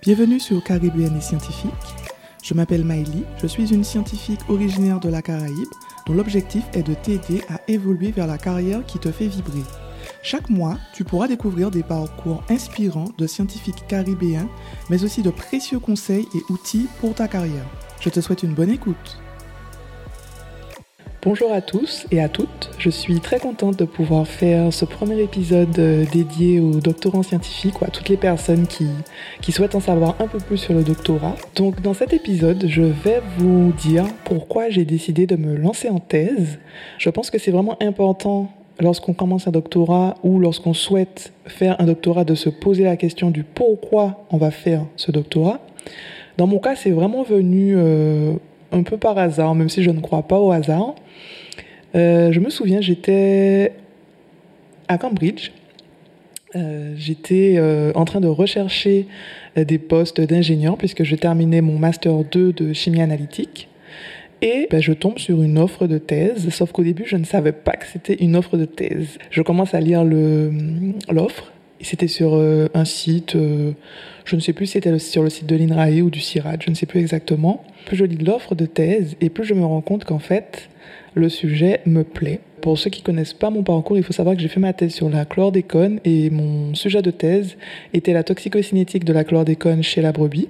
Bienvenue sur Caribéenne et Scientifique. Je m'appelle Maëlie, je suis une scientifique originaire de la Caraïbe dont l'objectif est de t'aider à évoluer vers la carrière qui te fait vibrer. Chaque mois, tu pourras découvrir des parcours inspirants de scientifiques caribéens, mais aussi de précieux conseils et outils pour ta carrière. Je te souhaite une bonne écoute. Bonjour à tous et à toutes, je suis très contente de pouvoir faire ce premier épisode dédié aux doctorants scientifiques ou à toutes les personnes qui souhaitent en savoir un peu plus sur le doctorat. Donc dans cet épisode, je vais vous dire pourquoi j'ai décidé de me lancer en thèse. Je pense que c'est vraiment important lorsqu'on commence un doctorat ou lorsqu'on souhaite faire un doctorat de se poser la question du pourquoi on va faire ce doctorat. Dans mon cas, c'est vraiment venu un peu par hasard, même si je ne crois pas au hasard. Je me souviens, j'étais à Cambridge. J'étais en train de rechercher des postes d'ingénieur puisque je terminais mon Master 2 de chimie analytique. Et je tombe sur une offre de thèse, sauf qu'au début, je ne savais pas que c'était une offre de thèse. Je commence à lire l'offre. C'était sur un site, je ne sais plus si c'était sur le site de l'INRAE ou du CIRAD, je ne sais plus exactement. Plus je lis l'offre de thèse et plus je me rends compte qu'en fait, le sujet me plaît. Pour ceux qui ne connaissent pas mon parcours, il faut savoir que j'ai fait ma thèse sur la chlordécone et mon sujet de thèse était la toxicocinétique de la chlordécone chez la brebis.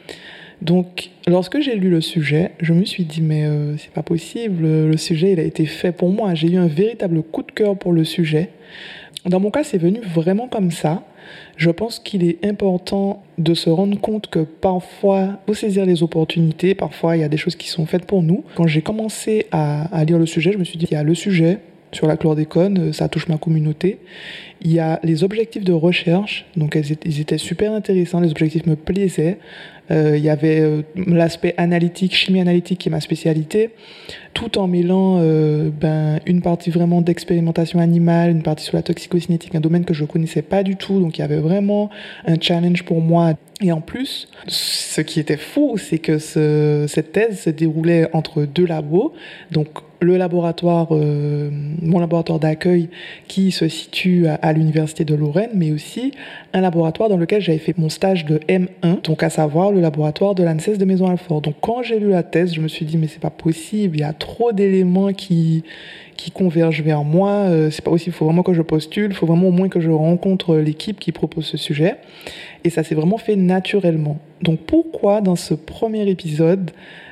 Donc, lorsque j'ai lu le sujet, je me suis dit, mais c'est pas possible, le sujet, il a été fait pour moi. J'ai eu un véritable coup de cœur pour le sujet. Dans mon cas, c'est venu vraiment comme ça. Je pense qu'il est important de se rendre compte que parfois, il faut saisir les opportunités. Parfois, il y a des choses qui sont faites pour nous. Quand j'ai commencé à lire le sujet, je me suis dit, il y a le sujet sur la chlordécone, ça touche ma communauté. Il y a les objectifs de recherche, donc ils étaient super intéressants, les objectifs me plaisaient. Il y avait l'aspect analytique, chimie analytique qui est ma spécialité, tout en mêlant une partie vraiment d'expérimentation animale, une partie sur la toxicocinétique, un domaine que je connaissais pas du tout, donc il y avait vraiment un challenge pour moi. Et en plus, ce qui était fou, c'est que cette thèse se déroulait entre deux labos, donc le laboratoire, mon laboratoire d'accueil qui se situe à l'université de Lorraine, mais aussi un laboratoire dans lequel j'avais fait mon stage de M1, donc à savoir le laboratoire de l'ANSES de Maisons-Alfort. Donc quand j'ai lu la thèse, je me suis dit mais c'est pas possible, il y a trop d'éléments qui convergent vers moi, c'est pas possible, il faut vraiment que je postule, il faut vraiment au moins que je rencontre l'équipe qui propose ce sujet. Et ça s'est vraiment fait naturellement. Donc pourquoi dans ce premier épisode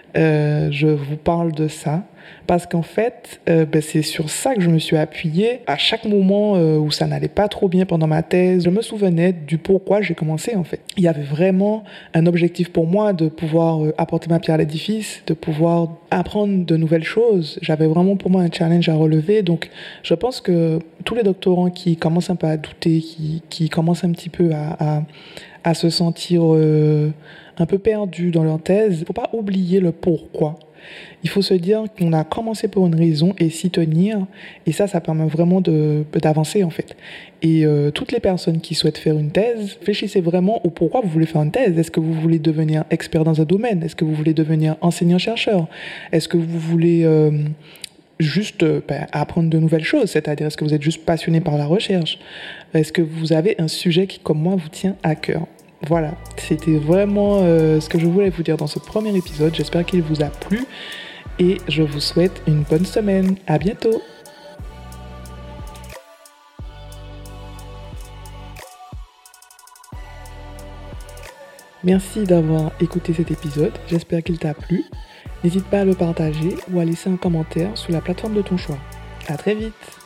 je vous parle de ça? Parce qu'en fait, c'est sur ça que je me suis appuyée. À chaque moment où ça n'allait pas trop bien pendant ma thèse, je me souvenais du pourquoi j'ai commencé en fait. Il y avait vraiment un objectif pour moi de pouvoir apporter ma pierre à l'édifice, de pouvoir apprendre de nouvelles choses. J'avais vraiment pour moi un challenge à relever. Donc je pense que tous les doctorants qui commencent un peu à douter, qui commencent un petit peu à se sentir un peu perdus dans leur thèse, il ne faut pas oublier le pourquoi. Il faut se dire qu'on a commencé pour une raison et s'y tenir. Et ça permet vraiment d'avancer en fait. Et toutes les personnes qui souhaitent faire une thèse, réfléchissez vraiment au pourquoi vous voulez faire une thèse. Est-ce que vous voulez devenir expert dans un domaine? Est-ce que vous voulez devenir enseignant-chercheur? Est-ce que vous voulez juste apprendre de nouvelles choses? C'est-à-dire, est-ce que vous êtes juste passionné par la recherche? Est-ce que vous avez un sujet qui, comme moi, vous tient à cœur? Voilà, c'était vraiment ce que je voulais vous dire dans ce premier épisode. J'espère qu'il vous a plu et je vous souhaite une bonne semaine. À bientôt. Merci d'avoir écouté cet épisode. J'espère qu'il t'a plu. N'hésite pas à le partager ou à laisser un commentaire sur la plateforme de ton choix. À très vite.